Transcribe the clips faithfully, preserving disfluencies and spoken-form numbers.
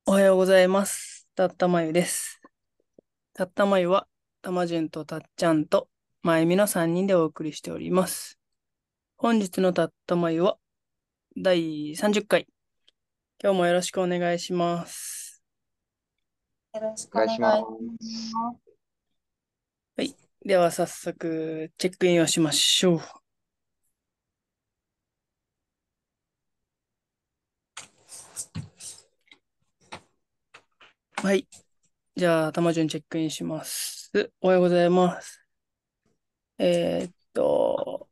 おはようございます。たったまゆです。たったまゆは、たまじゅんとたっちゃんと、まゆみのさんにんでお送りしております。本日のたったまゆは、だいさんじゅっかい。今日もよろしくお願いします。 よろしくお願いしまお願いしす。 ます。 はい。では早速、チェックインをしましょう。はい。じゃあ、たまじゅんチェックインします。おはようございます。えーっと、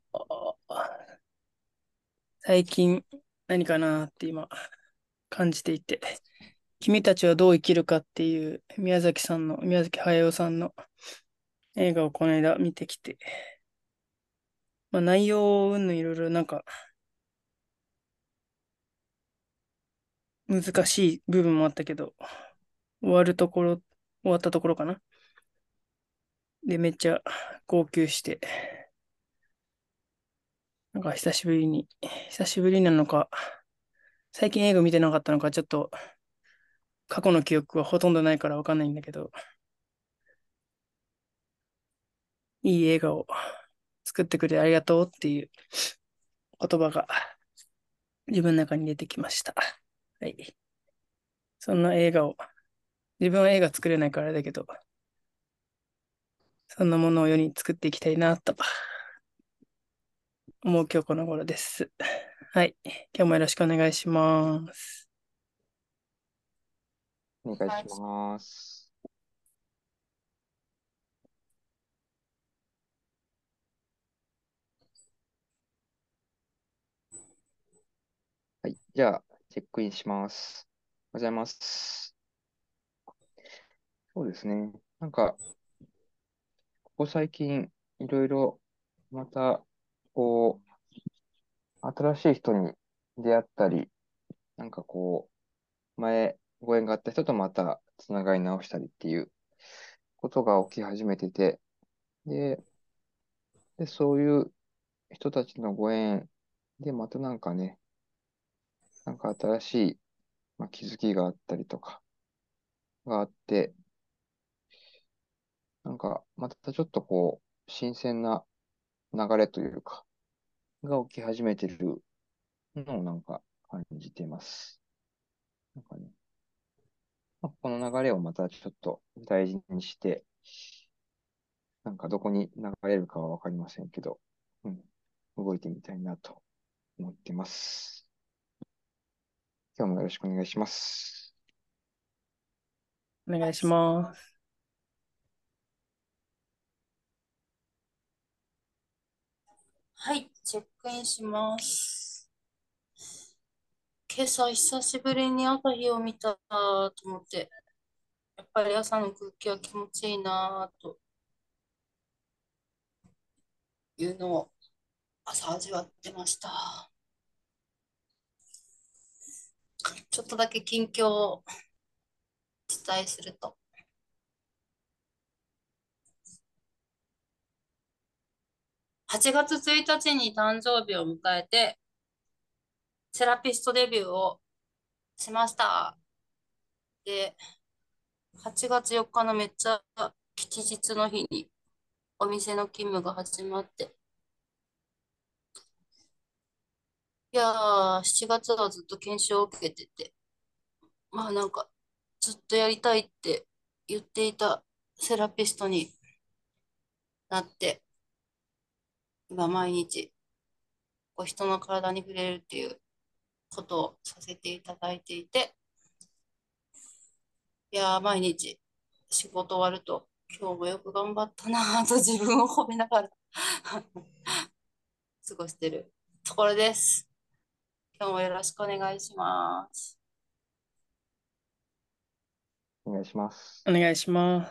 最近何かなって今感じていて、君たちはどう生きるかっていう宮崎さんの、宮崎駿さんの映画をこの間見てきて、まあ、内容云々いろいろなんか難しい部分もあったけど、終わるところ、終わったところかな。で、めっちゃ号泣して、なんか久しぶりに、久しぶりなのか、最近映画見てなかったのか、ちょっと過去の記憶はほとんどないからわかんないんだけど、いい映画を作ってくれてありがとうっていう言葉が自分の中に出てきました。はい。そんな映画を、自分は映画作れないからあれだけど、そんなものを世に作っていきたいなと思う今日この頃です。はい。今日もよろしくお願いします。 お願いしはい。 ます。はい。じゃあ、チェックインします。おはようございます。そうですね。なんか、ここ最近、いろいろ、また、こう、新しい人に出会ったり、なんかこう、前、ご縁があった人とまた、つながり直したりっていうことが起き始めてて、で、で、そういう人たちのご縁で、またなんかね、なんか新しい、まあ、気づきがあったりとか、があって、なんか、またちょっとこう、新鮮な流れというか、が起き始めてるのをなんか感じています。なんかね、まあ、この流れをまたちょっと大事にして、なんかどこに流れるかはわかりませんけど、うん、動いてみたいなと思っています。今日もよろしくお願いします。 お願いします。 はい、チェックインします。今朝久しぶりに朝日を見たと思って、やっぱり朝の空気は気持ちいいなというのを朝味わってました。ちょっとだけ近況をお伝えすると、はちがつついたちに誕生日を迎えて、セラピストデビューをしました。で、はちがつよっかのめっちゃ吉日の日にお店の勤務が始まって、いやー、しちがつはずっと研修を受けてて、まあなんか、ずっとやりたいって言っていたセラピストになって、今毎日こう人の体に触れるっていうことをさせていただいていて、いやー、毎日仕事終わると、今日もよく頑張ったなぁと自分を褒めながら過ごしてるところです。今日もよろしくお願いします。 お願いします。 お願いします。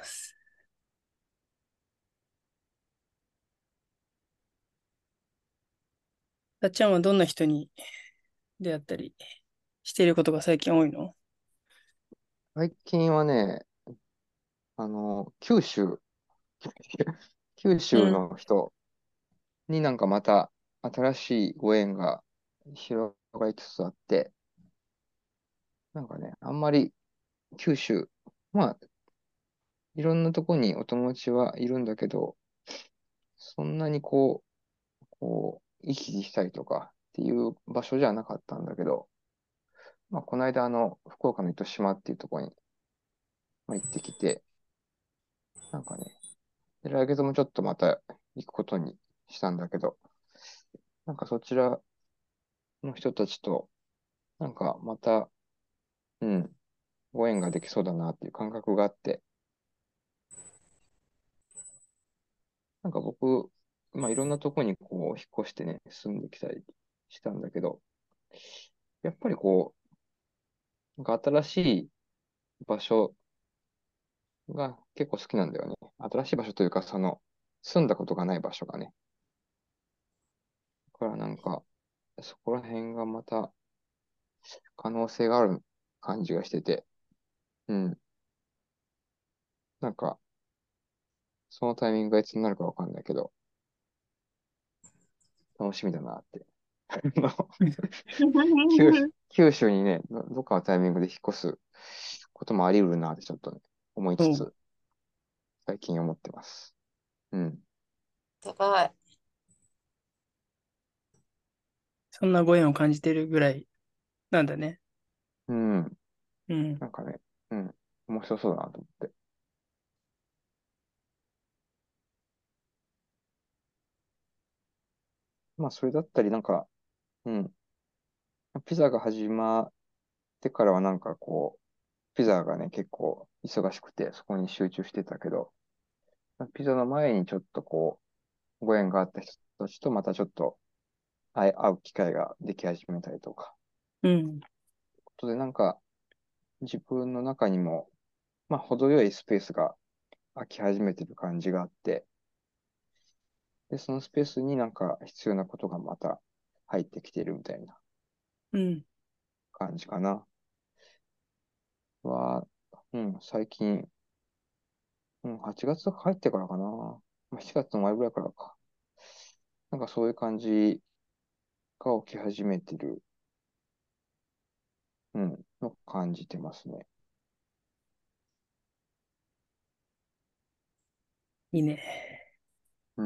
たっちゃんはどんな人に出会ったりしていることが最近多いの？ 最近はね、あの、九州、九州うん。 の人になんかまた新しいご縁が広がりつつあって、なんかね、あんまり九州、まあ、いろんなとこにお友達はいるんだけど、そんなにこう、こう、行き来したりとかっていう場所じゃなかったんだけど、まあ、この間、あの、福岡の糸島っていうところに、まあ、行ってきて、なんかね、で来月もちょっとまた行くことにしたんだけど、なんかそちらの人たちと、なんかまた、うん、ご縁ができそうだなっていう感覚があって、なんか僕、まあいろんなとこにこう引っ越してね、住んできたりしたんだけど、やっぱりこう、なんか新しい場所が結構好きなんだよね。新しい場所というか、その、住んだことがない場所がね。だからなんか、そこら辺がまた可能性がある感じがしてて、うん。なんか、そのタイミングがいつになるかわかんないけど、楽しみだなって。あの九、九州にね、どどっかのタイミングで引っ越すこともあり得るなってちょっとね、思いつおう、 つ、最近思ってます。うん。 高い。 そんなご縁を感じてるぐらいなんだね。 うん。 うん。 なんかね、うん。面白そうだなと思って。まあ、それだったり、なんか、うん。ピザが始まってからはなんかこう、ピザがね、結構忙しくて、そこに集中してたけど、ピザの前にちょっとこう、ご縁があった人たちとまたちょっと会会う機会ができ始めたりとか。 うん。 ことで、なんか自分の中にも、まあ、程よいスペースが空き始めてる感じがあって、で、そのスペースになんか必要なことがまた入ってきてるみたいなうん。 感じかな。は、うん、最近、うん、はちがつとか入ってからかな。まあ、しちがつの前ぐらいからか。なんかそういう感じが起き始めてる、うん、の感じてますね。 いいね。 うん。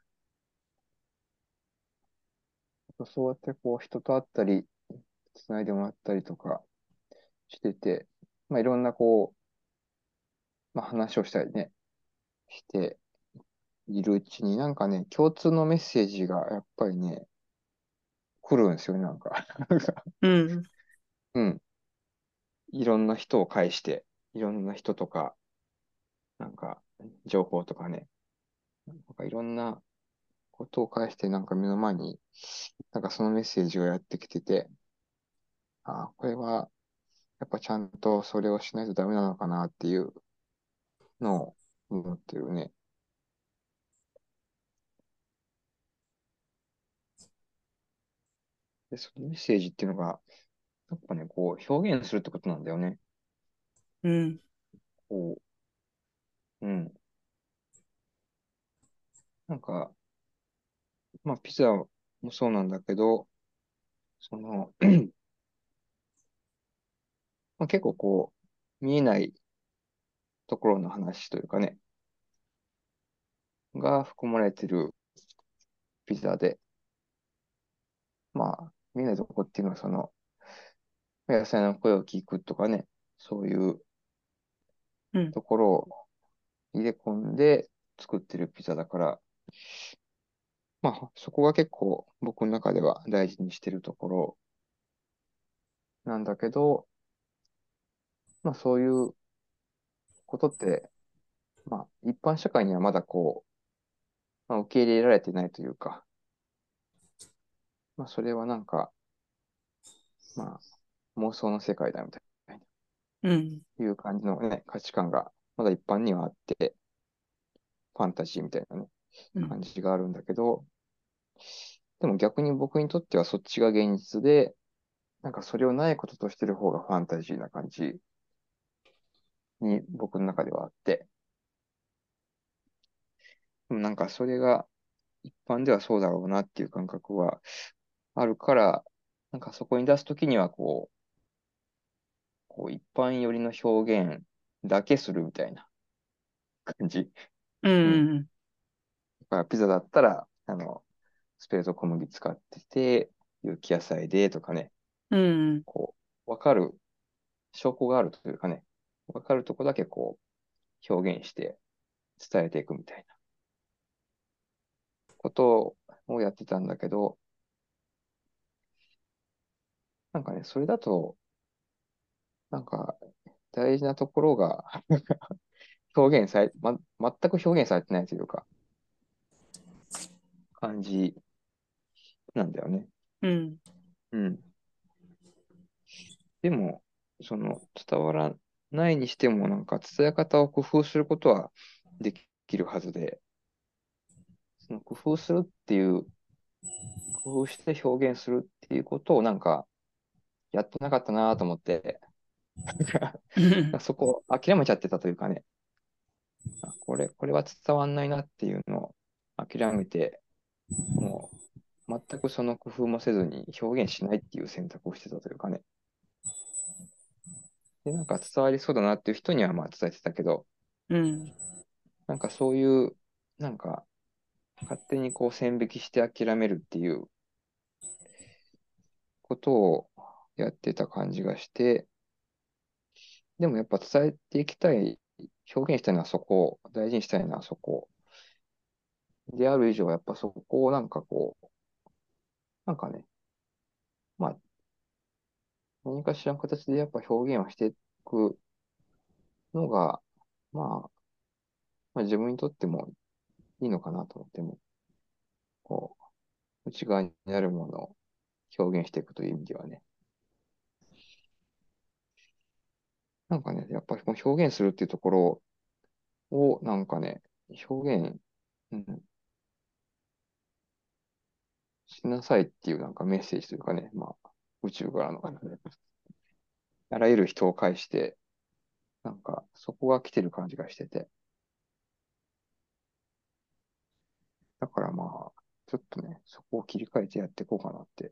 そうやってこう人と会ったり、つないでもらったりとかしてて、まあいろんなこう、まあ話をしたりね、しているうちになんかね、共通のメッセージがやっぱりね、来るんですよね、なんか。なんかうん。 うん。いろんな人を介して、いろんな人とか、なんか情報とかね、なんかいろんなことを介してなんか目の前に、なんかそのメッセージがやってきてて、ああ、これはやっぱちゃんとそれをしないとダメなのかなっていうのを思ってるね。で、そのメッセージっていうのが、やっぱね、こう表現するってことなんだよね。 うん。 こう、うん。なんか、まあピザもそうなんだけど、その、まあ、結構こう、見えないところの話というかね、が含まれてるピザで、まあ、見えないところっていうのは、その、野菜の声を聞くとかね、そういううん。 ところを入れ込んで作ってるピザだから、まあ、そこが結構僕の中では大事にしてるところなんだけど、まあそういうことって、まあ一般社会にはまだこう、まあ、受け入れられてないというか、まあそれはなんか、まあ妄想の世界だみたいうん。 な、いう感じのね、価値観がまだ一般にはあって、ファンタジーみたいなね、 うん。 感じがあるんだけど、でも逆に僕にとってはそっちが現実で、なんかそれをないこととしてる方がファンタジーな感じに僕の中ではあって、でもなんかそれが一般ではそうだろうなっていう感覚はあるから、なんかそこに出すときにはここう一般寄りの表現だけするみたいな感じ。 ううん。 ん。 だからピザだったら、あの、スペード小麦使ってて、有機野菜でとかね、 うん。 こう、わかる、証拠があるというかね、わかるとこだけこう、表現して伝えていくみたいなことをやってたんだけど、なんかね、それだと、なんか、大事なところが表現され、ま、全く表現されてないというか、感じなんだよね。 うん。 うん。でも、その、伝わらないにしても、なんか、伝え方を工夫することはできるはずで、その工夫するっていう、工夫して表現するっていうことを、なんか、やってなかったなと思って、なんかそこ諦めちゃってたというかね、あこれ、これは伝わんないなっていうのを諦めて、もう全くその工夫もせずに表現しないっていう選択をしてたというかね。で、なんか伝わりそうだなっていう人にはまあ伝えてたけど、 うん。 なんかそういう、なんか勝手にこう線引きして諦めるっていうことをやってた感じがして、でもやっぱ伝えていきたい、表現したいのはそこ、大事にしたいのはそこである以上、やっぱそこをなんかこう、なんかね、まあ何かしらの形でやっぱ表現をしていくのが、まあ、まあ自分にとってもいいのかなと思っても、こう、内側にあるものを表現していくという意味ではね。なんかね、やっぱりこの表現するっていうところを、なんかね、表現、うん、しなさいっていうなんかメッセージというかね、まあ、宇宙からの、あらゆる人を介して、なんか、そこが来てる感じがしてて。だからまあ、ちょっとね、そこを切り替えてやっていこうかなって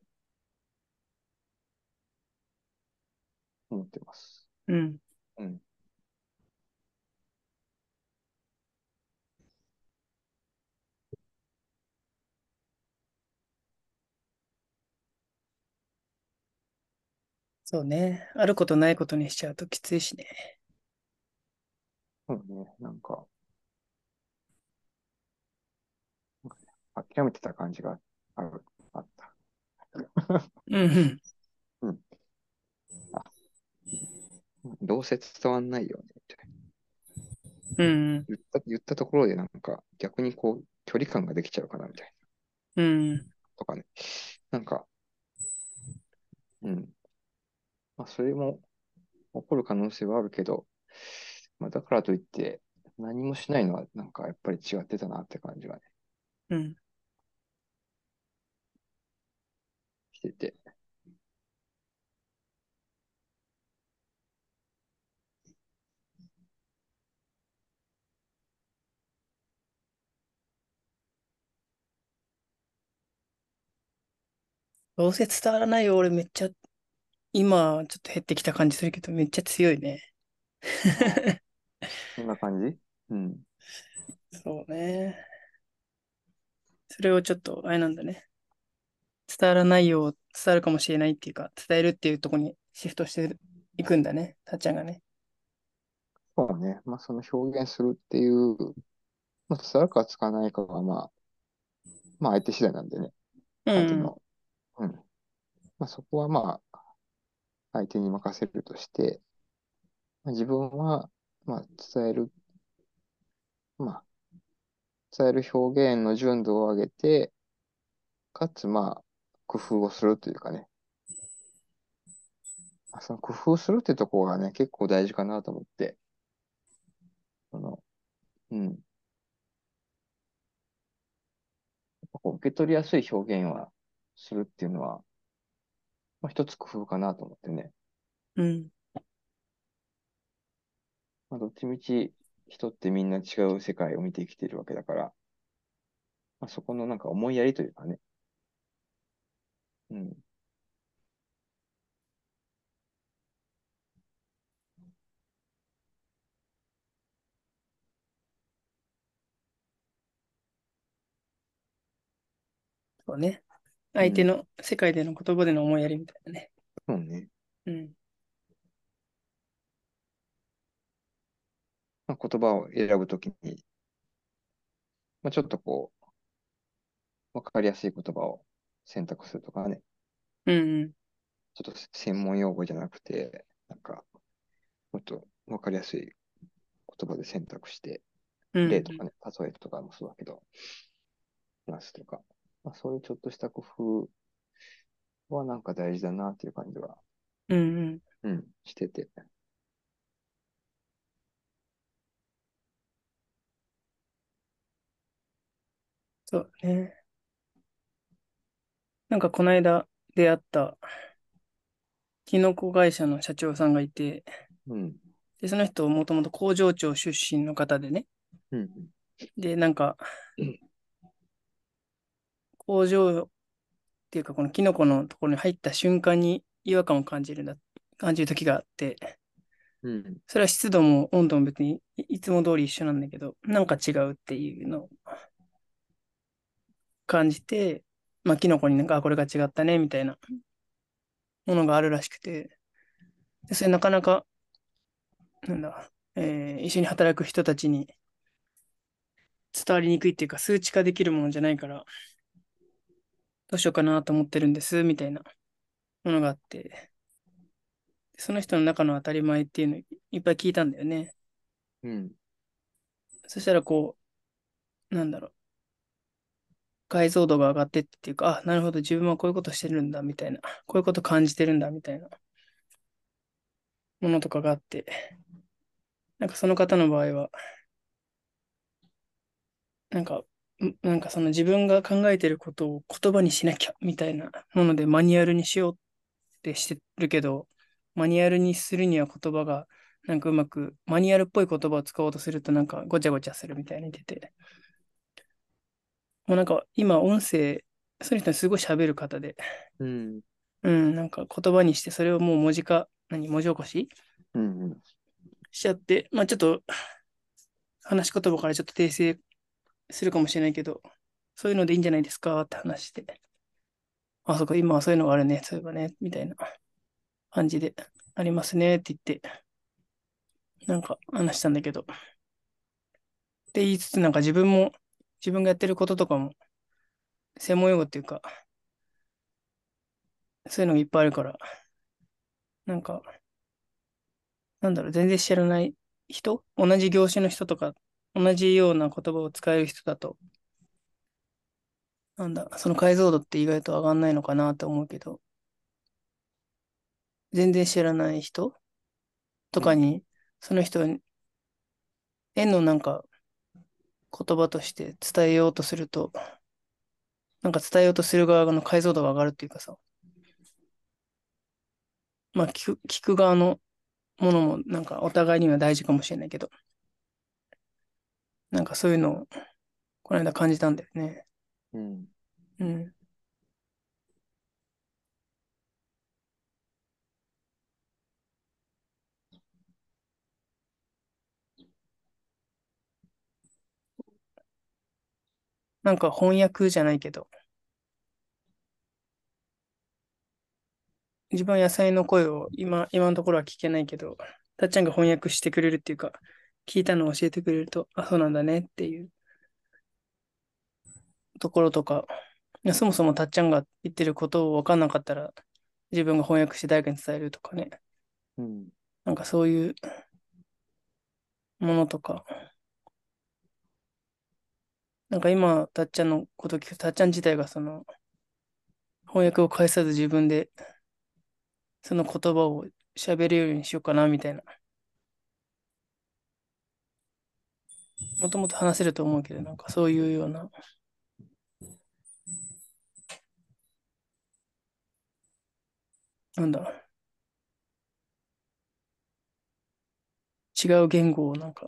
思ってます。 うん。 うん。 そうね。あることないことにしちゃうときついしね。 そうね、なんか、諦めてた感じがある、あった。 うん。 うん。あ、どうせ伝わんないよね、みたいな。 うん。 言った、言ったところでなんか逆にこう距離感ができちゃうかなみたいな。 うん。 とかね。なんか、うん。まあそれも起こる可能性はあるけど、まあだからといって何もしないのはなんかやっぱり違ってたなって感じがね、 うん。 してて。 どうせ伝わらないよ。俺めっちゃ、今ちょっと減ってきた感じするけど、めっちゃ強いね。 ああ、そんな感じ。うん。 そうね。それをちょっと、あれなんだね。伝わらないよう、伝わるかもしれないっていうか、伝えるっていうところにシフトしていくんだね。たっちゃんがね。 そうね。まあその表現するっていう、まあ伝わるか使わないかはまあ、まあ相手次第なんでね。 うん。 相手の、うん。まあそこはまあ相手に任せるとして、まあ、自分は、まあ伝える、まあ伝える表現の純度を上げて、かつ、まあ、工夫をするというかね、まあその工夫するっていうところがね、結構大事かなと思って、その、うん、こう受け取りやすい表現はするっていうのは、まあ、一つ工夫かなと思ってね、 うん。 まあ、どっちみち人ってみんな違う世界を見て生きているわけだから、まあ、そこのなんか思いやりというかね、うん、 そうね。 うん。 相手の世界での言葉での思いやりみたいなね。 そうね。 うん。 まあ、言葉を選ぶときに、まあ、ちょっとこう、わかりやすい言葉を選択するとかね。 うんうん。 ちょっと専門用語じゃなくて、なんか、もっとわかりやすい言葉で選択して、 うんうん。 例とかね、例えとかもそうだけど、話すとか、まあ、そういうちょっとした工夫はなんか大事だなっていう感じは、 うんうん。 うん、してて。 そうね。なんかこの間出会ったキノコ会社の社長さんがいて、 うん、 で、その人もともと工場長出身の方でね。 うん、 で、なんか工場っていうかこのキノコのところに入った瞬間に違和感を感じるんだ、感じる時があって、 うん、 それは湿度も温度も別にいいつも通り一緒なんだけど、なんか違うっていうのを感じて、まあ、キノコになんか、あこれが違ったね、みたいなものがあるらしくて、でそれなかなか、なんだ、えー一緒に働く人たちに伝わりにくいっていうか、数値化できるものじゃないから、どうしようかなと思ってるんです、みたいなものがあって、その人の中の当たり前っていうのをいっぱい聞いたんだよね。 うん、 そしたらこう、なんだろう、解像度が上がってっていうか、あ、なるほど、自分はこういうことしてるんだ、みたいな、こういうこと感じてるんだ、みたいなものとかがあって、なんかその方の場合は、なんか、んなんかその自分が考えてることを言葉にしなきゃみたいなものでマニュアルにしようってしてるけど、マニュアルにするには言葉がなんかうまく、マニュアルっぽい言葉を使おうとするとなんかごちゃごちゃするみたいに出て、もうなんか今音声、その人すごい喋る方で、 うん、 うん、なんか言葉にしてそれをもう文字化、何、文字起こしうん、 しちゃって、まあちょっと話し言葉からちょっと訂正するかもしれないけど、そういうのでいいんじゃないですかって話して、あ、そこ今はそういうのがあるね、そういえばね、みたいな感じでありますねって言って、なんか話したんだけど、って言いつつなんか自分も、自分がやってることとかも、専門用語っていうか、そういうのがいっぱいあるから、なんか、なんだろう、全然知らない人、同じ業種の人とか、同じような言葉を使える人だと、なんだ、その解像度って意外と上がんないのかなと思うけど、全然知らない人とうん、 かに、その人へのなんか言葉として伝えようとすると、なんか伝えようとする側の解像度が上がるっていうかさ、まあ聞く、聞く側のものもなんかお互いには大事かもしれないけど、なんかそういうのをこの間感じたんだよね。 うん。 うん。なんか翻訳じゃないけど、自分は野菜の声を今、今のところは聞けないけど、たっちゃんが翻訳してくれるっていうか、聞いたのを教えてくれると、あ、そうなんだねっていうところとか、いやそもそもたっちゃんが言ってることを分かんなかったら、自分が翻訳して誰かに伝えるとかね。 うん、 なんかそういうものとか、なんか今、たっちゃんのこと聞くと、たっちゃん自体がその翻訳を介さず自分でその言葉を喋れるようにしようかなみたいな。もともと話せると思うけど、なんかそういうような、なんだ、違う言語をなんか、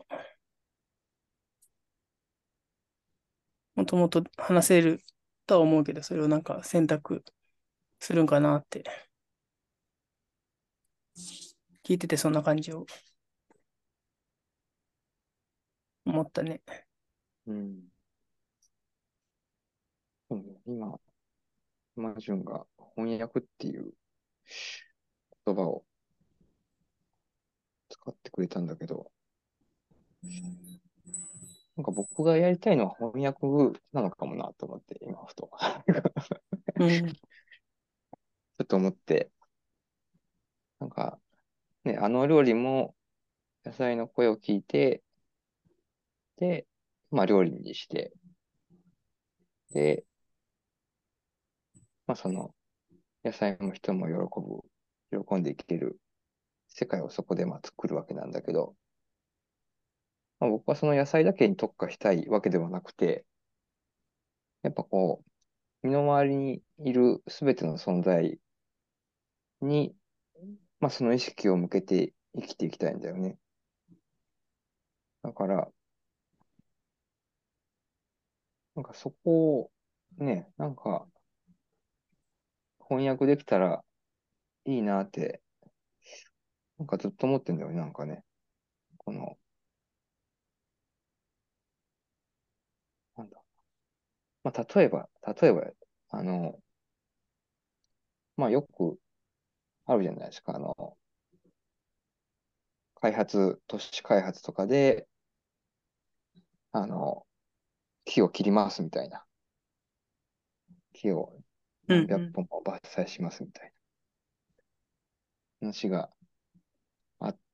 もともと話せるとは思うけど、それをなんか選択するんかなって聞いててそんな感じを思ったね。 うん。そうね今、 マジュンが翻訳っていう言葉を使ってくれたんだけど、なんか僕がやりたいのは翻訳なのかもなと思って、今ふと。 うん。 ちょっと思って、なんかね、あの料理も野菜の声を聞いて、で、まあ料理にして、で、まあその野菜も人も喜ぶ、喜んで生きてる世界をそこでまあ作るわけなんだけど、まあ、僕はその野菜だけに特化したいわけではなくて、やっぱこう、身の回りにいるすべての存在に、まあその意識を向けて生きていきたいんだよね。だから、なんかそこをね、なんか翻訳できたらいいなって、なんかずっと思ってんだよね、なんかね。この、なんだ。まあ例えば、例えば、あの、まあよくあるじゃないですか。あの、開発、都市開発とかで、あの、木を切りますみたいな。木を何百うん。 本も伐採しますみたいな話があって、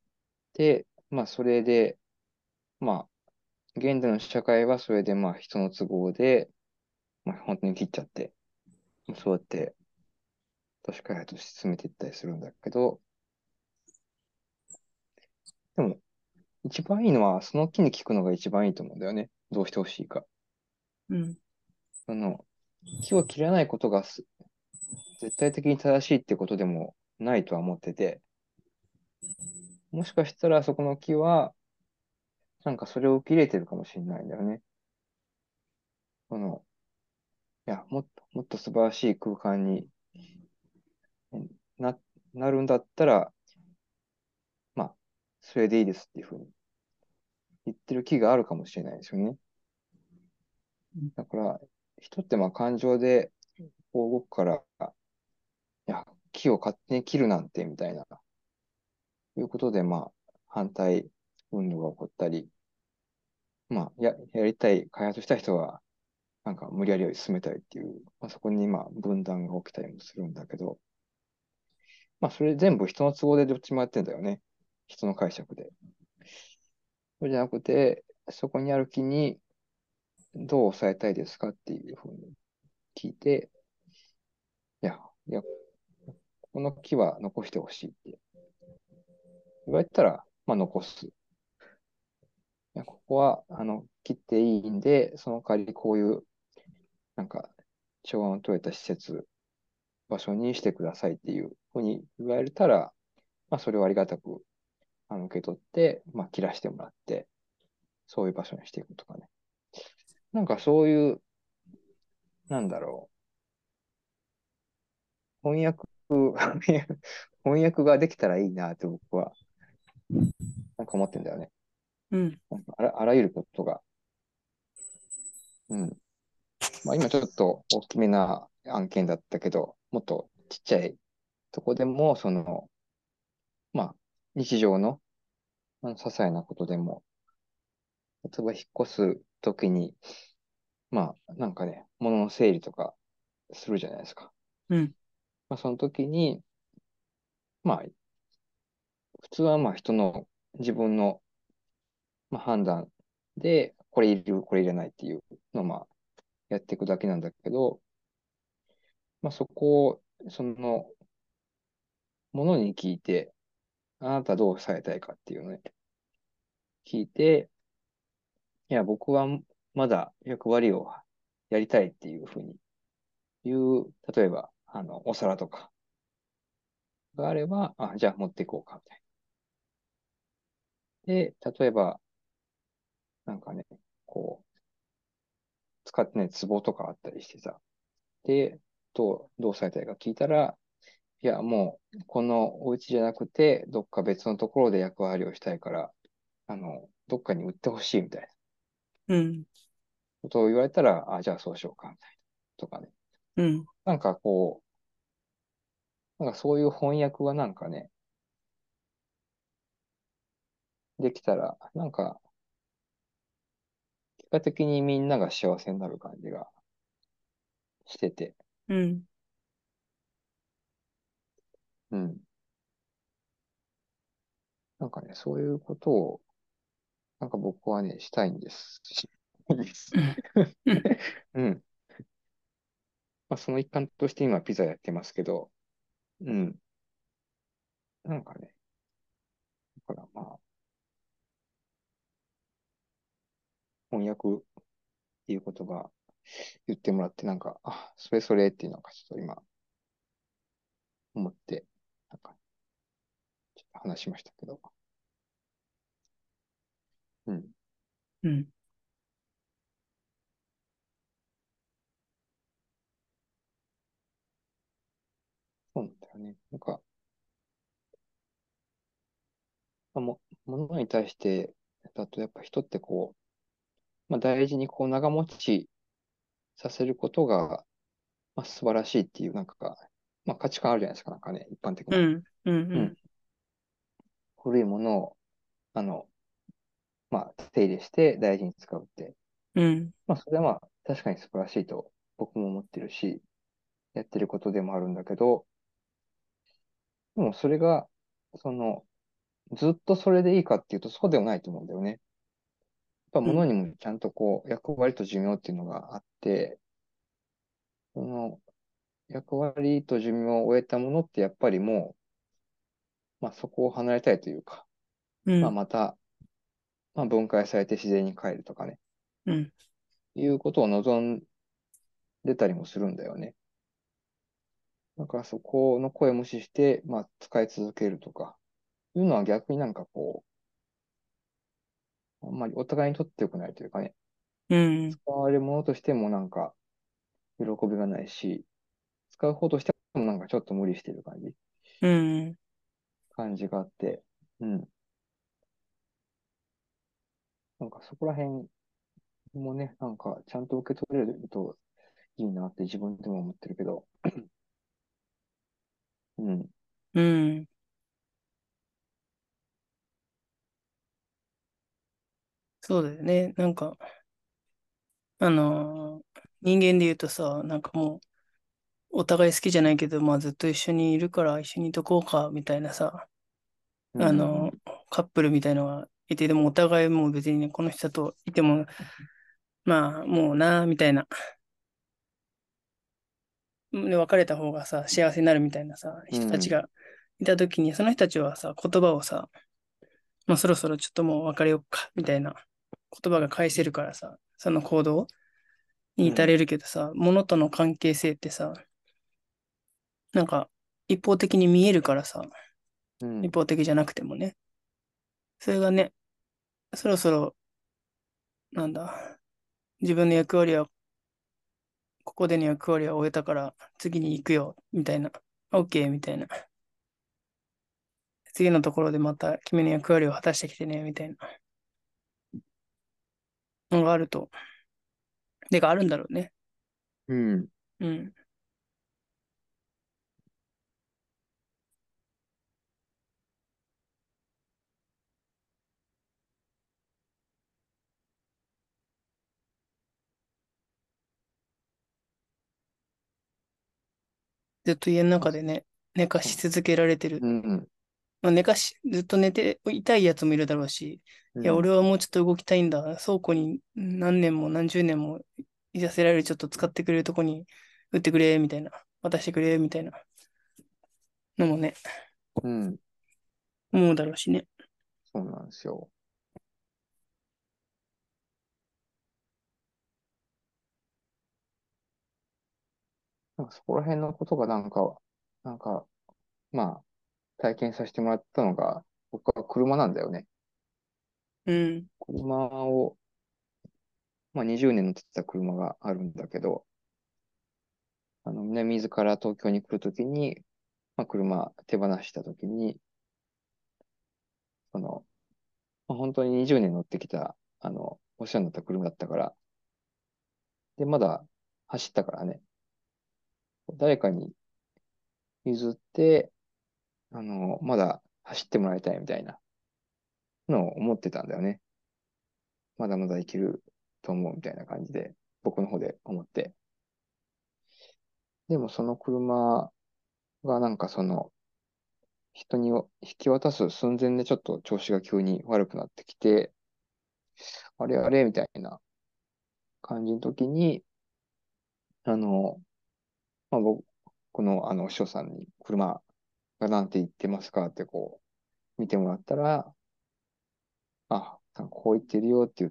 まあそれで、まあ、現代の社会はそれでまあ人の都合で、まあ本当に切っちゃって、そうやって都市開発を進めていったりするんだけど、でも一番いいのはその木に聞くのが一番いいと思うんだよね。どうしてほしいか。 うん。 あの、木を切らないことがす絶対的に正しいってことでもないとは思ってて、もしかしたらそこの木は、なんかそれを受け入れてるかもしれないんだよね。その、いや、もっと、もっと素晴らしい空間にな、なるんだったら、まあ、それでいいですっていうふうに言ってる木があるかもしれないですよね。だから、人ってまあ感情でこう動くから、いや、木を勝手に切るなんて、みたいな、いうことで、まあ、反対運動が起こったり、まあ、や、やりたい、開発した人は、なんか無理やり進めたいっていう、まあ、そこにまあ分断が起きたりもするんだけど、まあそれ全部人の都合でどっちもやってんだよね。人の解釈で。そうじゃなくて、そこにある木にどう抑えたいですかっていうふうに聞いて、いや、いや、この木は残してほしいって言われたら、まあ残す。いや、ここは、あの、切っていいんで、その代わりこういう、なんか、調和の取れた施設、場所にしてくださいっていうふうに言われたら、まあそれをありがたくあの受け取って、まあ切らしてもらって、そういう場所にしていくとかね。なんかそういう、なんだろう、翻訳、翻訳ができたらいいなって僕は、なんか思ってんだよね。 うん。 なんかあら、あらゆることが。うん。まあ今ちょっと大きめな案件だったけど、もっとちっちゃいとこでも、その、まあ日常の、あの些細なことでも、例えば引っ越すときに、まあなんかね、物の整理とかするじゃないですか。 うん。 まあその時に、まあ普通はまあ人の自分のまあ判断で、これいる、これいらないっていうのをまあやっていくだけなんだけど、まあそこを、そのものに聞いて、あなたどうされたいかっていうのをね、聞いて、いや、僕はまだ役割をやりたいっていうふうに言う、例えば、あの、お皿とかがあれば、あ、じゃあ持っていこうか、みたいな。で、例えば、なんかね、こう、使ってない壺とかあったりしてさ、で、どう、どうされたいか聞いたら、いや、もう、このお家じゃなくて、どっか別のところで役割をしたいから、あの、どっかに売ってほしいみたいなうん。 ことを言われたら、あ、じゃあそうしようか、みたいな。とかね。 うん。 なんかこう、なんかそういう翻訳はなんかね、できたら、なんか、結果的にみんなが幸せになる感じがしてて、 うん。 うん。なんかね、そういうことを、なんか僕はね、したいんです。したいです。 うん。うん。 うん。まあ、その一環として今ピザやってますけど、うん。なんかね、だからまあ、翻訳っていう言葉言ってもらって、なんか、あ、それそれっていうのがちょっと今思って、なんか、ちょっと話しましたけど。うん。 うん。 そうなんだよね。なんか、まあも、ものに対してだとやっぱ人ってこう、まあ、大事にこう長持ちさせることが、まあ、素晴らしいっていう、なんか、まあ、価値観あるじゃないですか、なんかね、一般的な。 うん。うん。ううん。 ん。 古いものを、あの、まあ、手入れして大事に使うって。 うん。 まあ、それはまあ、確かに素晴らしいと僕も思ってるし、やってることでもあるんだけど、でもそれが、その、ずっとそれでいいかっていうと、そうではないと思うんだよね。やっぱうん。 物にもちゃんとこう、役割と寿命っていうのがあって、その役割と寿命を終えたものってやっぱりもう、まあそこを離れたいというか、まあまた、まあ分解されて自然に帰るとかね、 うん。 いうことを望んでたりもするんだよね。だからそこの声を無視して、まあ使い続けるとか、いうのは逆になんかこう、あんまりお互いにとって良くないというかね、 うん。 使われるものとしてもなんか喜びがないし、使う方としてもなんかちょっと無理してる感じ、 うん。 感じがあって、うん。なんかそこら辺もね、なんかちゃんと受け取れるといいなって自分でも思ってるけど、うん、 うん。そうだよね。なんか、あのー人間で言うとさ、なんかもう、お互い好きじゃないけど、まあずっと一緒にいるから一緒にいとこうか、みたいなさ、 うん、うん、 あのーカップルみたいのがいて、でもお互いもう別にね、この人といても、まあもうな、みたいな、で別れた方がさ、幸せになるみたいなさ、 うん、 人たちがいたときに、その人たちはさ、言葉をさ、もうそろそろちょっともう別れようか、みたいな言葉が返せるからさ、その行動にうん、 至れるけどさ、物との関係性ってさ、なんか一方的に見えるからさ、 うん、 一方的じゃなくてもね、それがね、そろそろ、なんだ、自分の役割は、ここでの役割は終えたから次に行くよ、みたいな、OK みたいな、次のところでまた君の役割を果たしてきてね、みたいなのがあると、でかあるんだろうね。 うん、 うん。ずっと家のあ、 中でね、寝かそうし続けられてる。 うん、 まあ、寝かし、ずっと寝ていたいやつもいるだろうし、いや、俺うん、 はもうちょっと動きたいんだ。倉庫に何年も何十年もいさせられるちょっと使ってくれるとこに売ってくれ、みたいな。渡してくれ、みたいなのもね、 うん、 思うだろうしね。 そうなんですよ。なんかそこら辺のことがなんか、なんか、まあ、体験させてもらったのが、僕は車なんだよね。 うん、 車を、まあにじゅうねん乗ってた車があるんだけど、あの、南伊豆から東京に来るときに、まあ車手放したときに、その、まあ、本当ににじゅうねん乗ってきた、あの、お世話になった車だったから、で、まだ走ったからね。 誰かに譲って、あの、まだ走ってもらいたいみたいなのを思ってたんだよね。まだまだいけると思うみたいな感じで、僕の方で思って。でもその車がなんかその、人に引き渡す寸前でちょっと調子が急に悪くなってきて、あれあれみたいな感じの時に、あの、まあ、僕、この、あの、師匠さんに車がなんて言ってますかってこう、見てもらったら、あ、なんかこう言ってるよって言って、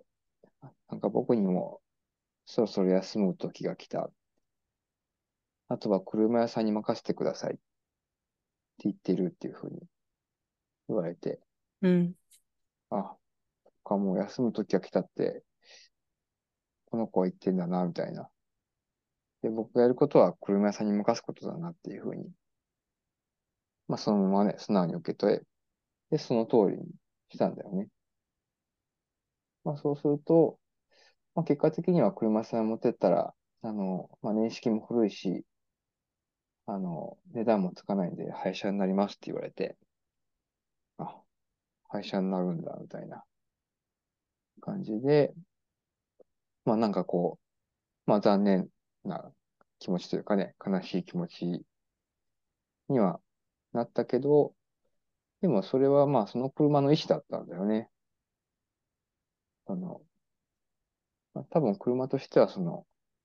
なんか僕にもそろそろ休む時が来た。あとは車屋さんに任せてくださいって言ってるっていうふうに言われて、 うん。 あ、かもう休む時が来たって、この子は言ってんだな、みたいな。で、僕がやることは車屋さんに任すことだなっていうふうに、まあそのままね、素直に受け取れ、で、その通りにしたんだよね。まあそうすると、まあ、結果的には車屋さん持ってったら、あの、まあ年式も古いし、あの、値段もつかないんで廃車になりますって言われて、あ、廃車になるんだ、みたいな感じで、まあなんかこう、まあ残念な気持ちというかね、悲しい気持ちにはなったけど、でもそれはまあその車の意思だったんだよね。あの、まあ、多分車としてはその、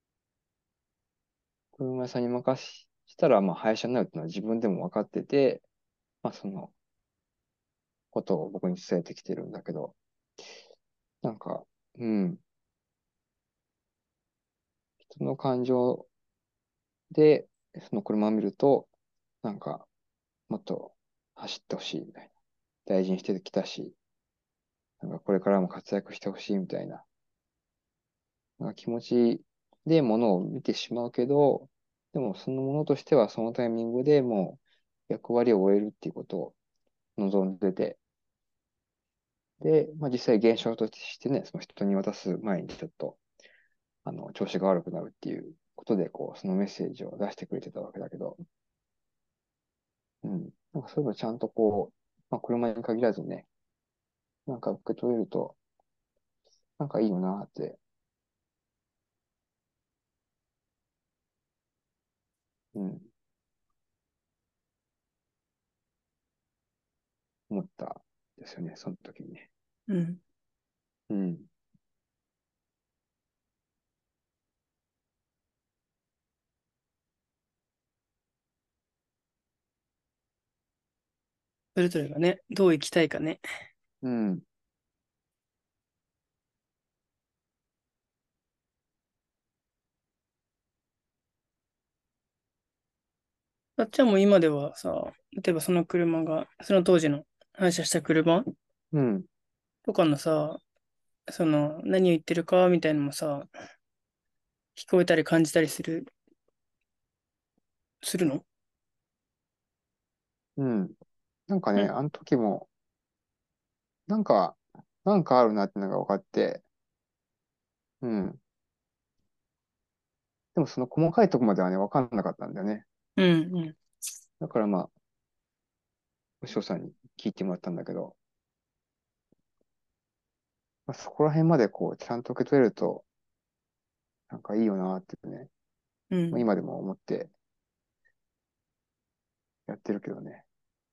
車屋さんに任したらまあ廃車になるっていうのは自分でも分かってて、まあそのことを僕に伝えてきてるんだけど、なんか、うん、人の感情でその車を見ると、なんかもっと走ってほしいみたいな。大事にしてきたし、なんかこれからも活躍してほしいみたいな、なんか気持ちでものを見てしまうけど、でもそのものとしてはそのタイミングでもう役割を終えるっていうことを望んでて、で、まあ、実際現象としてね、その人に渡す前にちょっと、あの、調子が悪くなるっていうことで、こう、そのメッセージを出してくれてたわけだけど、うん。なんかそういうのちゃんとこう、まあ、車に限らずね、なんか受け取れると、なんかいいよなって、うん、思ったんですよね、その時にね。 うん。 うん。 それぞれがね、どう生きたいかね。 うん。 あっちゃんも今ではさ、例えばその車が、その当時の反射した車うん。 とかのさ、その何を言ってるかみたいなのもさ、聞こえたり感じたりする、するの？ うん。なんかね、 うん。 あの時も、なんか、なんかあるなってのが分かって、うん。でもその細かいとこまではね、分かんなかったんだよね。 うん。うん。 だからまあ、お師匠さんに聞いてもらったんだけど、まあ、そこら辺までこう、ちゃんと受け取れると、なんかいいよなってね、まあ、 うん。 今でも思ってやってるけどね。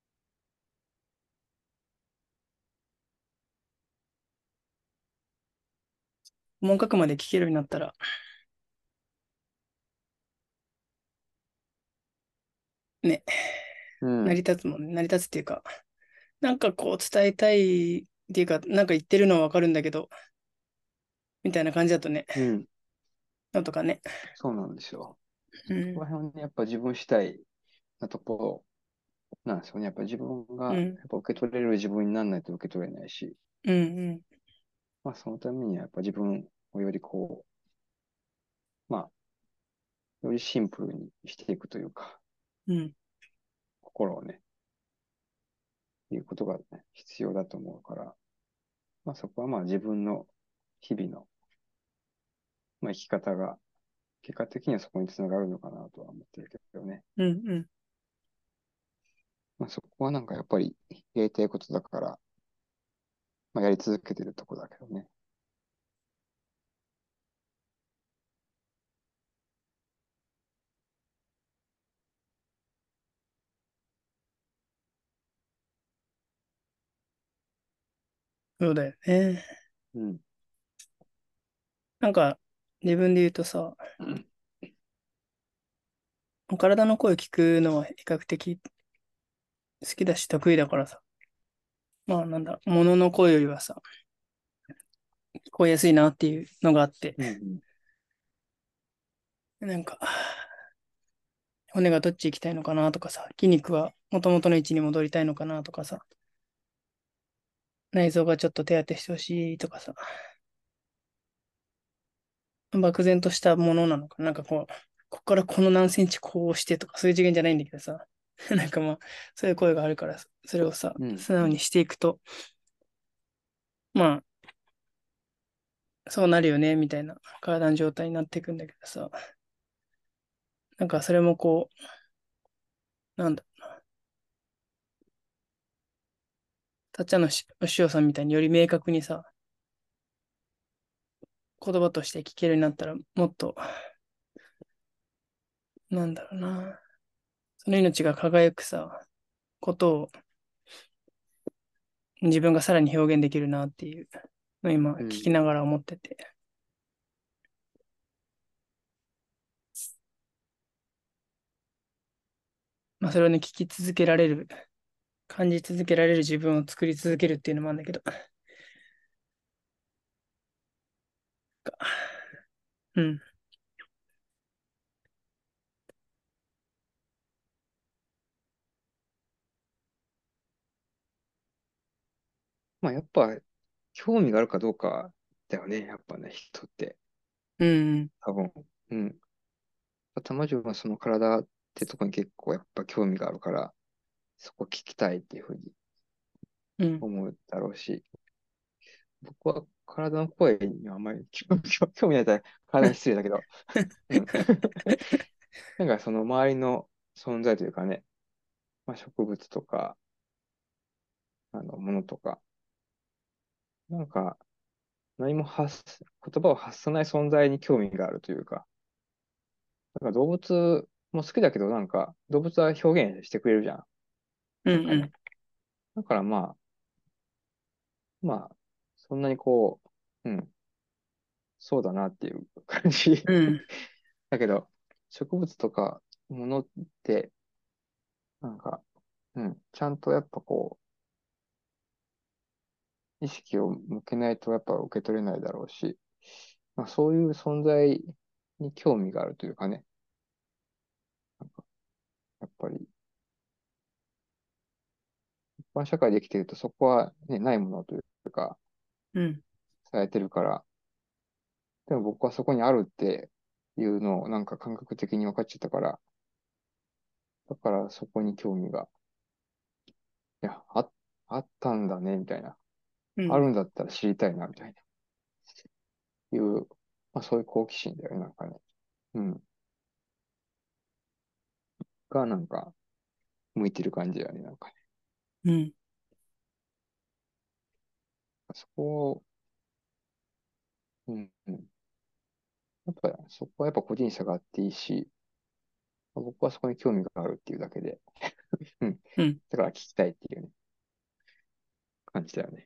細かくまで聞けるようになったら、ね、 う成りん。 立つもんね。成り立つっていうか、なんかこう伝えたいっていうか、なんか言ってるのはわかるんだけど、みたいな感じだとね、 うん。 なんとかね。 そうなんですよ。 うん。 そこら辺はね、やっぱ自分主体なところなんですよね。やっぱ自分が、やっうん。 ぱ受け取れる自分にならないと受け取れないし、 うん。 まあそのためにはやっぱ自分をよりこう、まあ、よりシンプルにしていくというか、 うん。 心をね、いうことが、ね、必要だと思うから、まあそこはまあ自分の日々の、まあ、生き方が結果的にはそこにつながるのかなとは思ってるけどね。 うんうん。 まあ、そこはなんかやっぱりやりたいことだから、まあ、やり続けてるとこだけどね。 そうだよね。 うん。 なんか、自分で言うとさ、体の声聞くのは比較的好きだし得意だからさ。まあなんだ、物の声よりはさ、聞こえやすいなっていうのがあって、 うん。 なんか、骨がどっち行きたいのかなとかさ、筋肉は元々の位置に戻りたいのかなとかさ、内臓がちょっと手当てしてほしいとかさ、漠然としたものなのかな。なんかこう、ここからこの何センチこうしてとか、そういう次元じゃないんだけどさ、なんかまあ、そういう声があるから、それをさ、 うん。 素直にしていくと、まあ、そうなるよね、みたいな体の状態になっていくんだけどさ、なんかそれもこう、なんだ、たっちゃんのしお塩さんみたいにより明確にさ、言葉として聞けるようになったら、もっと、なんだろうな、その命が輝くさ、ことを自分がさらに表現できるなっていうのを今聞うん。 きながら思ってて。まあそれをね、聞き続けられる、感じ続けられる自分を作り続けるっていうのもあるんだけど。うん。 まあやっぱ興味があるかどうかだよね。やっぱね、人って。 うん。 多分。うん。玉城はその体ってとこに結構やっぱ興味があるから、そこ聞きたいっていうふうにうん。 思うだろうし、僕は体の声にはあんまり興興興味ないから体に失礼だけど、うん。なんかその周りの存在というかね、まあ、植物とか、あの、ものとか、なんか何も発す、言葉を発さない存在に興味があるというか、なんか動物も好きだけど、なんか動物は表現してくれるじゃん。 うん。 なんかね。 うん。 だからまあ、まあ、そんなにこう、うん、そうだなっていう感じ。 うん。 だけど、植物とかものって、なんか、うん、ちゃんとやっぱこう、意識を向けないとやっぱ受け取れないだろうし、まあ、そういう存在に興味があるというかね、なんかやっぱり、一般社会で生きているとそこは、ね、ないものというか、 うん。 されてるから、でも僕はそこにあるっていうのをなんか感覚的に分かっちゃったから、だからそこに興味が、いや、あ、あったんだね、みたいな。 うん。 あるんだったら知りたいな、みたいな。いう、まあそういう好奇心だよね、なんかね。うん。が、なんか、向いてる感じだよね、なんかね。 うん。 そこを、うん、うん。やっぱ、そこはやっぱ個人差があっていいし、僕はそこに興味があるっていうだけで、うん。 うん。 だから聞きたいっていうね、感じだよね。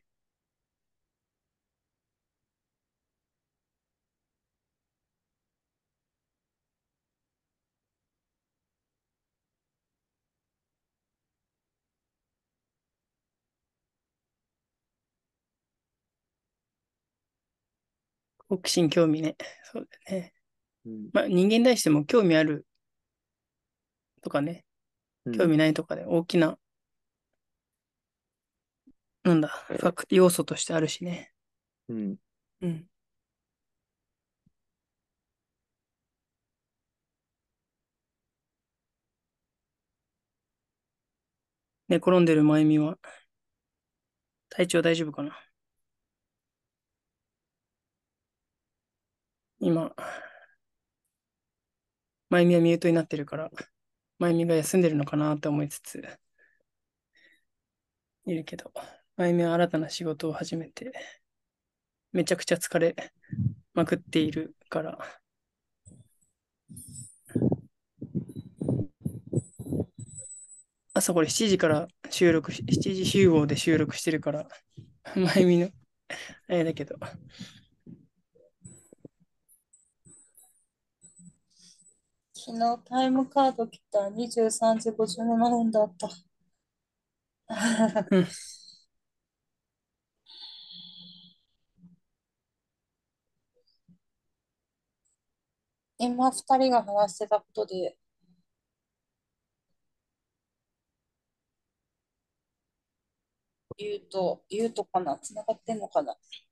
好奇心、興味ね。そうだよね。 うん。 まあ人間に対しても興味あるとかね、 うん。 興味ないとかで大きな、なんだ、ファクト、要素としてあるしね。 うん。 うん。寝転んでるまゆみは、体調大丈夫かな？今、 まゆみはミュートになってるから、まゆみが休んでるのかなって思いつついるけど、まゆみは新たな仕事を始めて、めちゃくちゃ疲れまくっているから、朝これしちじから収録し、しちじ集合で収録してるから、まゆみの、あれだけど、 昨日タイムカード来たらにじゅうさんじごじゅうななふんだった。 うん、 今ふたりが話してたことで言うと、言うとかな、つながってんのかな。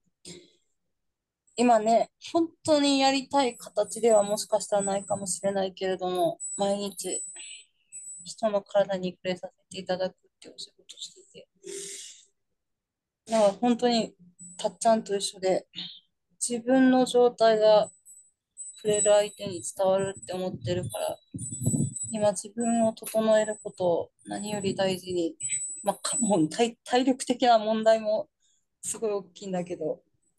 今ね、本当にやりたい形ではもしかしたらないかもしれないけれども、毎日人の体に触れさせていただくっていうお仕事をしていて、だから本当にたっちゃんと一緒で、自分の状態が触れる相手に伝わるって思ってるから、今自分を整えることを何より大事に、まあ、かもう体、体力的な問題もすごい大きいんだけど、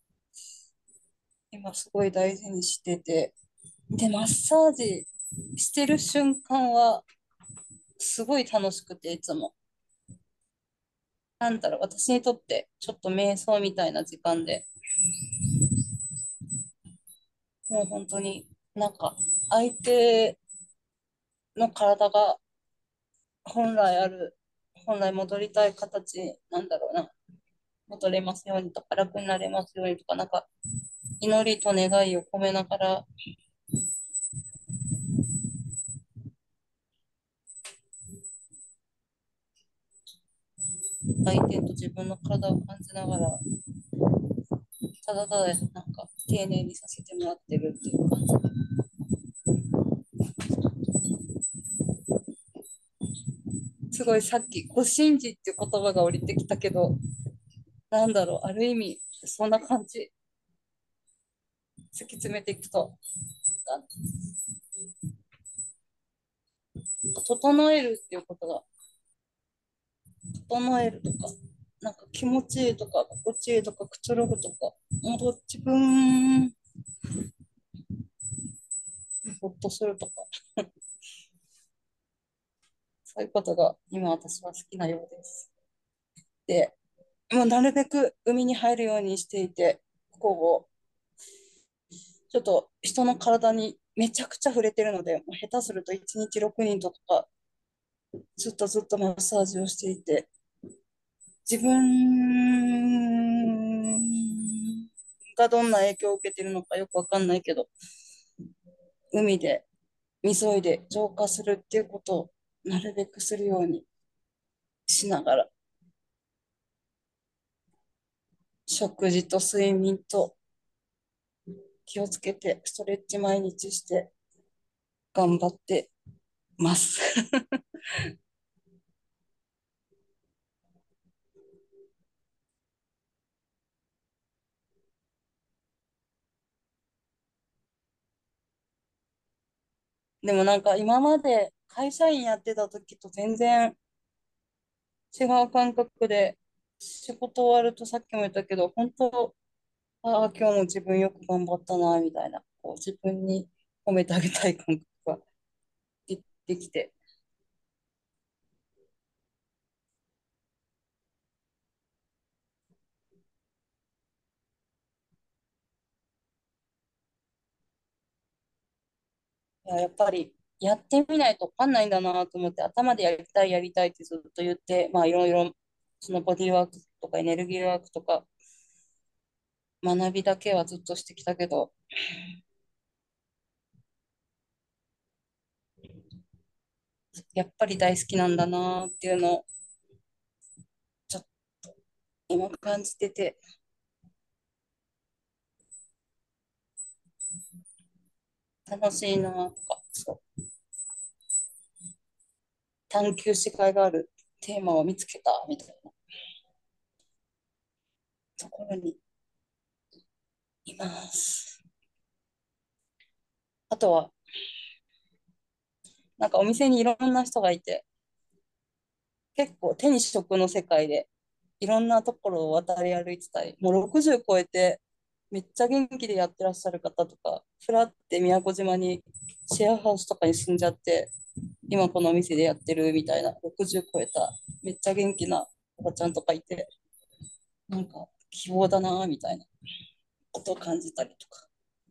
今すごい大事にしてて、で、マッサージしてる瞬間はすごい楽しくて、いつも。なんだろう、私にとってちょっと瞑想みたいな時間で、もう本当になんか相手の体が本来ある、本来戻りたい形なんだろうな、戻れますようにとか、楽になれますようにとか、なんか祈りと願いを込めながら、相手と自分の体を感じながら、ただただなんか丁寧にさせてもらってるっていう感じで、すごいさっき、護身寺っていう言葉が降りてきたけど、なんだろう、ある意味、そんな感じ、突き詰めていくと、整えるっていうことが、整えるとか、なんか気持ちいいとか、心地いいとか、くつろぐとか、もう自分、ほっとするとか、そういうことが今私は好きなようです。で、もうなるべく海に入るようにしていて、ここちょっと人の体にめちゃくちゃ触れてるので、もう下手するといちにちろくにんとかずっとずっとマッサージをしていて、自分がどんな影響を受けてるのかよくわかんないけど、海で急いで浄化するっていうことをなるべくするようにしながら、食事と睡眠と気をつけてストレッチ毎日して頑張ってます。でもなんか今まで会社員やってた時と全然違う感覚で仕事終わるとさっきも言ったけど、本当、ああ、今日も自分よく頑張ったな、みたいな、こう自分に褒めてあげたい感覚が出てきて、いや、やっぱりやってみないと分かんないんだなと思って、頭でやりたい、やりたいってずっと言って、まあいろいろ、そのボディーワークとかエネルギーワークとか学びだけはずっとしてきたけど、やっぱり大好きなんだなっていうのをちょっと今感じてて、楽しいなとか、そう、探求しがいがあるテーマを見つけたみたいなところにいます。あとは、 なんかお店にいろんな人がいて、結構手に職の世界でいろんなところを渡り歩いてたり、もうろくじゅう超えてめっちゃ元気でやってらっしゃる方とか、ふらって宮古島にシェアハウスとかに住んじゃって、今このお店でやってるみたいな、ろくじゅう超えためっちゃ元気なおばちゃんとかいて、なんか希望だなみたいなことを感じたりとか。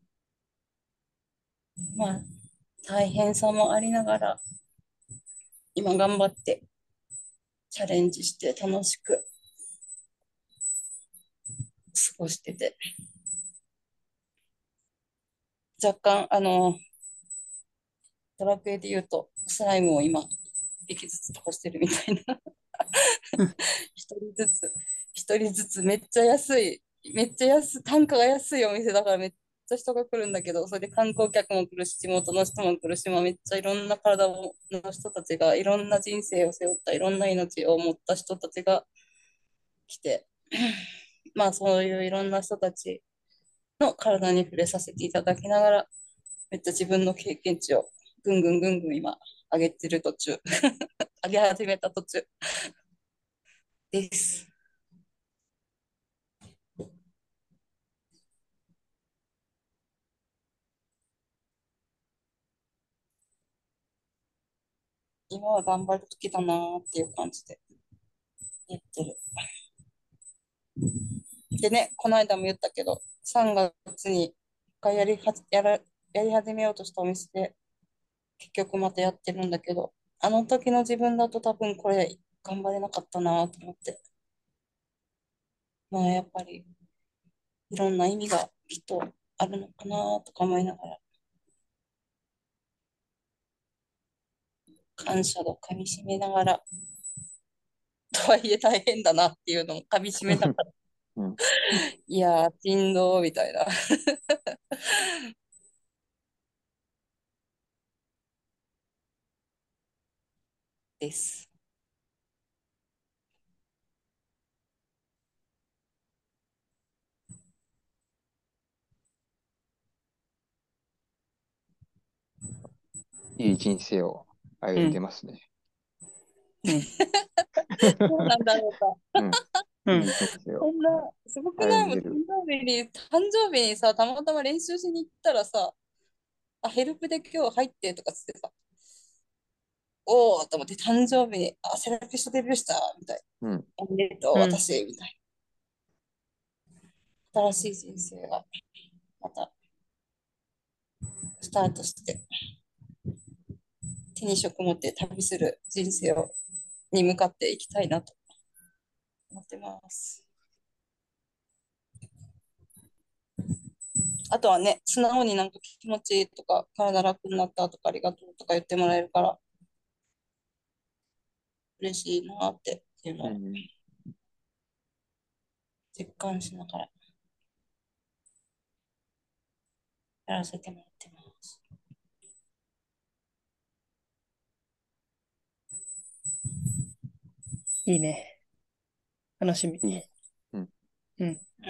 まあ大変さもありながら、今頑張ってチャレンジして楽しく過ごしてて、若干、あの、ドラクエで言うと、スライムを今、一匹ずつ倒してるみたいな。一人ずつ、一人ずつ、めっちゃ安い、めっちゃ安い、単価が安いお店だからめっちゃ人が来るんだけど、それで観光客も来るし、地元の人も来るし、まあ、めっちゃいろんな体の人たちが、いろんな人生を背負った、いろんな命を持った人たちが来て、まあそういういろんな人たちの体に触れさせていただきながら、めっちゃ自分の経験値をぐんぐんぐんぐん今上げてる途中、上げ始めた途中です。今は頑張る時だなーっていう感じでやってる。でね、この間も言ったけど、さんがつに一回やりはやらやり始めようとしたお店で、結局またやってるんだけど、あの時の自分だと多分これ頑張れなかったなと思って、まあやっぱりいろんな意味がきっとあるのかなとか思いながら、感謝をかみしめながら、とはいえ大変だなっていうのをかみしめながら、 うん。 いやー、しんどーみたいなです。 いい人生を歩んでうん。 ますね。 うん。 そうなんだろうか。 うん。 うん。 いい人生をそんな、すごくないもう誕歩んでる。 生日に、誕生日にさ、たまたま練習しに行ったらさ、あ、ヘルプで今日入ってとかつってさ、おーと思って誕生日に、あ、セラピストデビューしたみたいうん。 な。おめでとう、 うん。 私、みたいな。新しい人生がまたスタートして、手に職持って旅する人生をに向かっていきたいなと思ってます。あとはね、素直になんか気持ちいいとか、体楽になったとか、ありがとうとか言ってもらえるから、嬉しいなっていうのをうん。 実感しながらやらせてもらってます。 いいね。楽しみ。 いい。うん。 うん。 うん。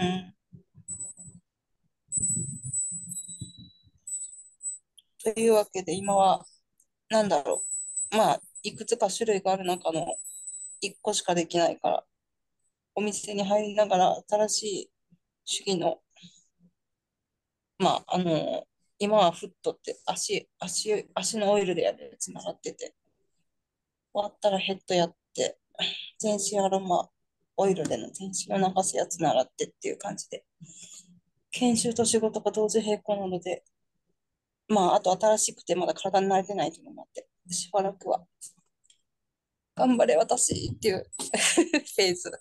というわけで、今は、なんだろう。まあ、いくつか種類がある中のいっこしかできないから、お店に入りながら新しい主義の、まあ、あの、今はフットって足、足、足のオイルでやるやつ習ってて、終わったらヘッドやって、全身アロマオイルでの全身を流すやつ習ってっていう感じで、研修と仕事が同時並行なので、まあ、あと新しくてまだ体に慣れてないというのもあって、しばらくは頑張れ私っていうフェーズ。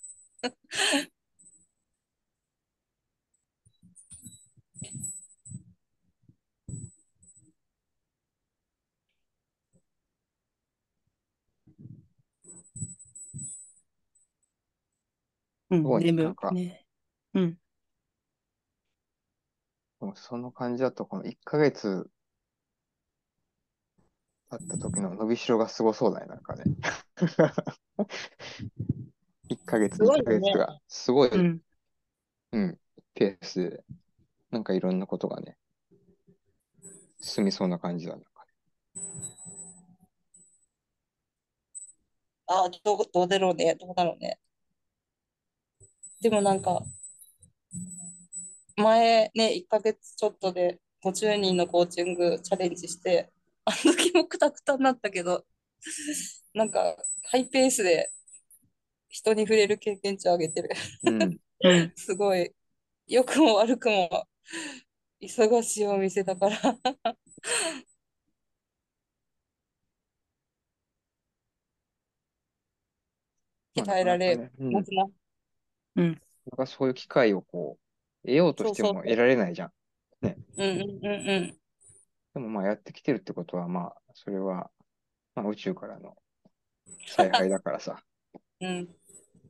すごいね。 うん。全部なんか、 ね。うん。 でもその感じだと、このいっかげつ経った時の伸びしろがすごそうだね。なんかね。いっかげつ、2 すごいよね。 ヶ月が、すごい、 うん。 うん、ペースで、なんかいろんなことがね、進みそうな感じだな。 あ、どう、どうだろうね、どうだろうね。でもなんか、前ね、いっかげつちょっとでごじゅうにんのコーチングチャレンジして、あの時もクタクタになったけど、なんか、ハイペースで人に触れる経験値を上げてる。 うん。 うん。 すごい、良くも悪くも忙しいお店だからまあ、な鍛えられかなかね、うん。 ますな。 うん。 なんかそういう機会をこう、得ようとそうしてそうそも得られないじゃん。ね。 う。うんうんうんでもまあやってきてるってことは、まあ、それは、まあ宇宙からの采配だからさ。 うん。うん。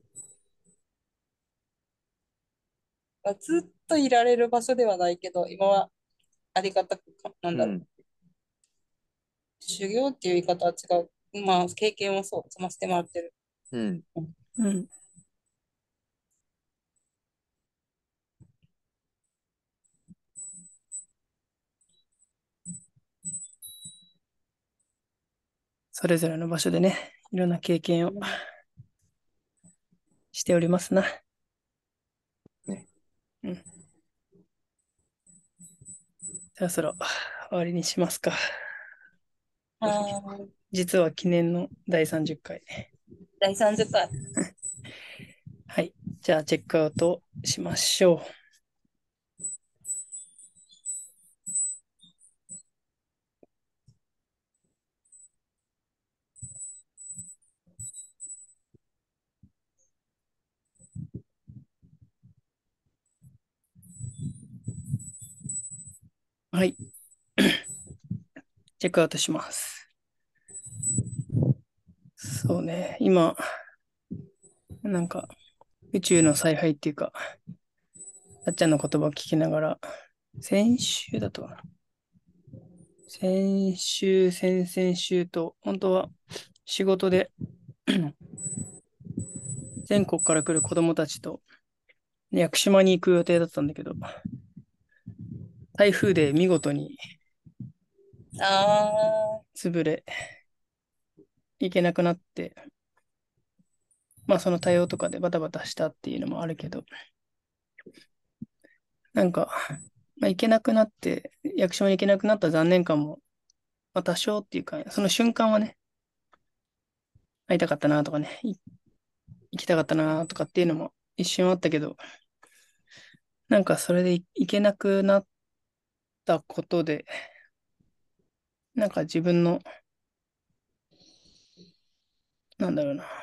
まあ、ずっといられる場所ではないけど、今はありがたく、なんだろう。 うん。 修行っていう言い方は違う。まあ、経験をそう、積ませてもらってる。 うん。 うん。 うん。それぞれの場所でね、いろんな経験をしておりますな。 ね。 うん。そろそろ終わりにしますか。 そうしましょうか。 はーい。 実は記念のだいさんじゅっかい。 だいさんじゅっかい。 はい。じゃあ、チェックアウトしましょう。はい。チェックアウトします。そうね。今、なんか、宇宙の采配っていうか、あっちゃんの言葉を聞きながら、先週だとかな。先週、先々週と、本当は仕事で全国から来る子供たちと屋久島に行く予定だったんだけど、台風で見事にあ潰れ、行けなくなって、まあその対応とかでバタバタしたっていうのもあるけど、なんか、まあ、行けなくなって、屋久島に行けなくなった残念感も、まあ多少っていうか、その瞬間はね、会いたかったなとかね、い行きたかったなとかっていうのも一瞬あったけど、なんかそれで行けなくなったことで、なんか自分の、なんだろうな、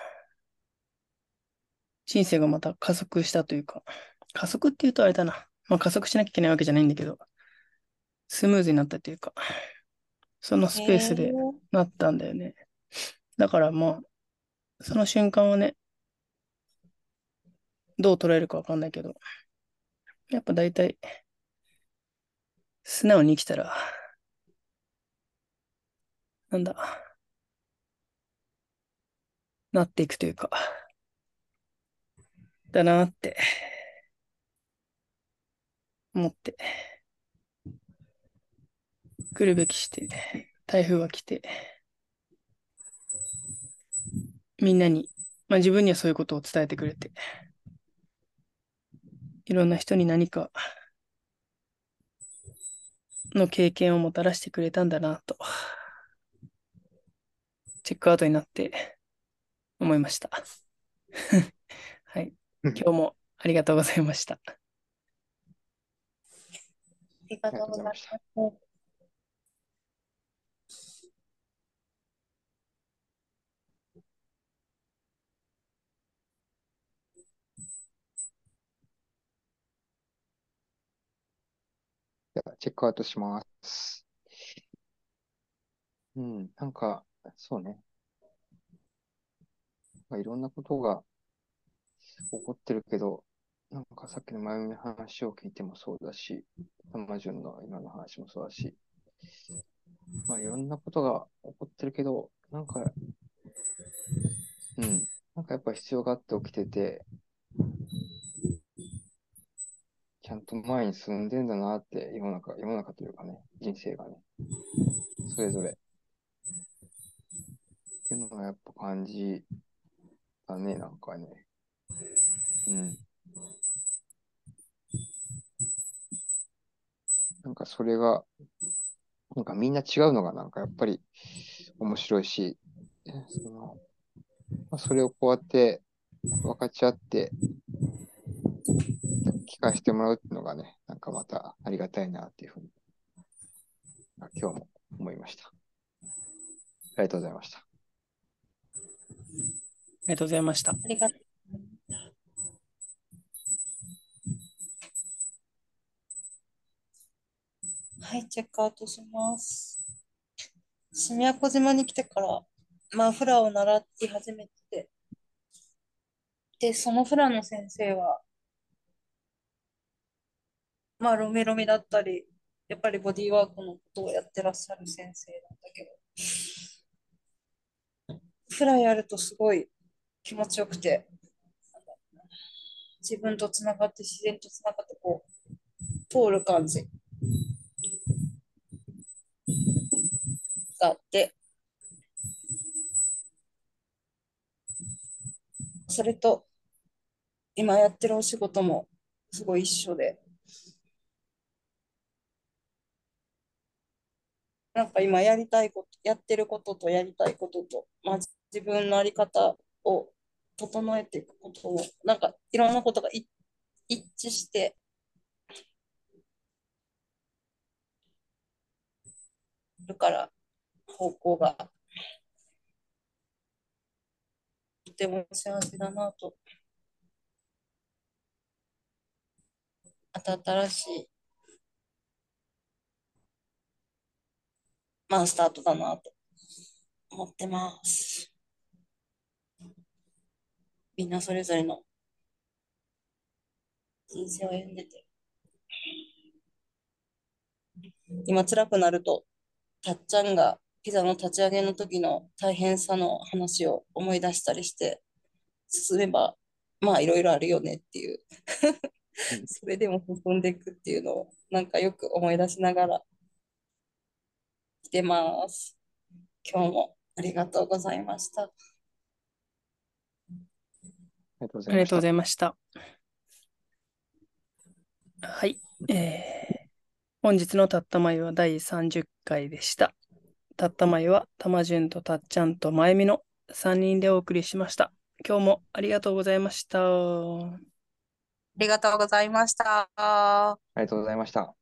人生がまた加速したというか、加速っていうとあれだな。まあ加速しなきゃいけないわけじゃないんだけど、スムーズになったというか、そのー。 スペーへえ。 スでなったんだよね。だからまあ、その瞬間はね、どう捉えるかわかんないけど、やっぱ大体、素直に生きたら、なんだ、なっていくというか、だなって思って、来るべきして、台風が来て、みんなに、まあ自分にはそういうことを伝えてくれて、いろんな人に何かの経験をもたらしてくれたんだなと、チェックアウトになって思いました。はい。今日もありがとうございました。 ありがありがとうございとうございました。 ます。 じゃあ、チェックアウトします。うん。なんか、そうね。まあ、いろんなことが起こってるけど、なんかさっきの前の話を聞いてもそうだし、玉順の今の話もそうだし、まあいろんなことが起こってるけど、なんか、うん、なんかやっぱ必要があって起きてて、ちゃんと前に進んでんだなって、世の中、世の中というかね、人生がね、それぞれっていうのがやっぱ感じたね、なんかね。うん。なんかそれが、なんかみんな違うのがなんかやっぱり面白いし、その、まあ、それをこうやって分かち合って聞かせてもらうっていうのがね、なんかまたありがたいなっていうふうに、今日も思いました。ありがとうございました。 ありがとうございました。 ありがとう。はい、チェックアウトします。宮古島に来てから、まあ、フラを習って始めて、で、そのフラの先生は、まあ、ロメロメだったり、やっぱりボディーワークのことをやってらっしゃる先生なんだけど、フラやるとすごい気持ちよくて、自分とつながって、自然とつながって、こう、通る感じがあって、それと、今やってるお仕事もすごい一緒で、なんか今やりたいこと、やってることとやりたいことと、まあ、自分のあり方を整えていくことを、なんかいろんなことが一致してるから、方向がとても幸せだなと、新しい、まあ、スタートだなと思ってます。みんなそれぞれの人生を歩んでて、今辛くなると、たっちゃんがピザの立ち上げの時の大変さの話を思い出したりして、進めば、まあいろいろあるよねっていう、 うん。 それでも進んでいくっていうのを、なんかよく思い出しながら来てます。今日もありがとうございました。ありがとうござありがとうごいました。 ざいました。はい。えー、本日のたったまいはだいさんじゅっかいでした。たったまいはたまじゅんとたっちゃんとまゆみのさんにんでお送りしました。今日もありがとうございました。 りがとうございました。 ありがとうございました。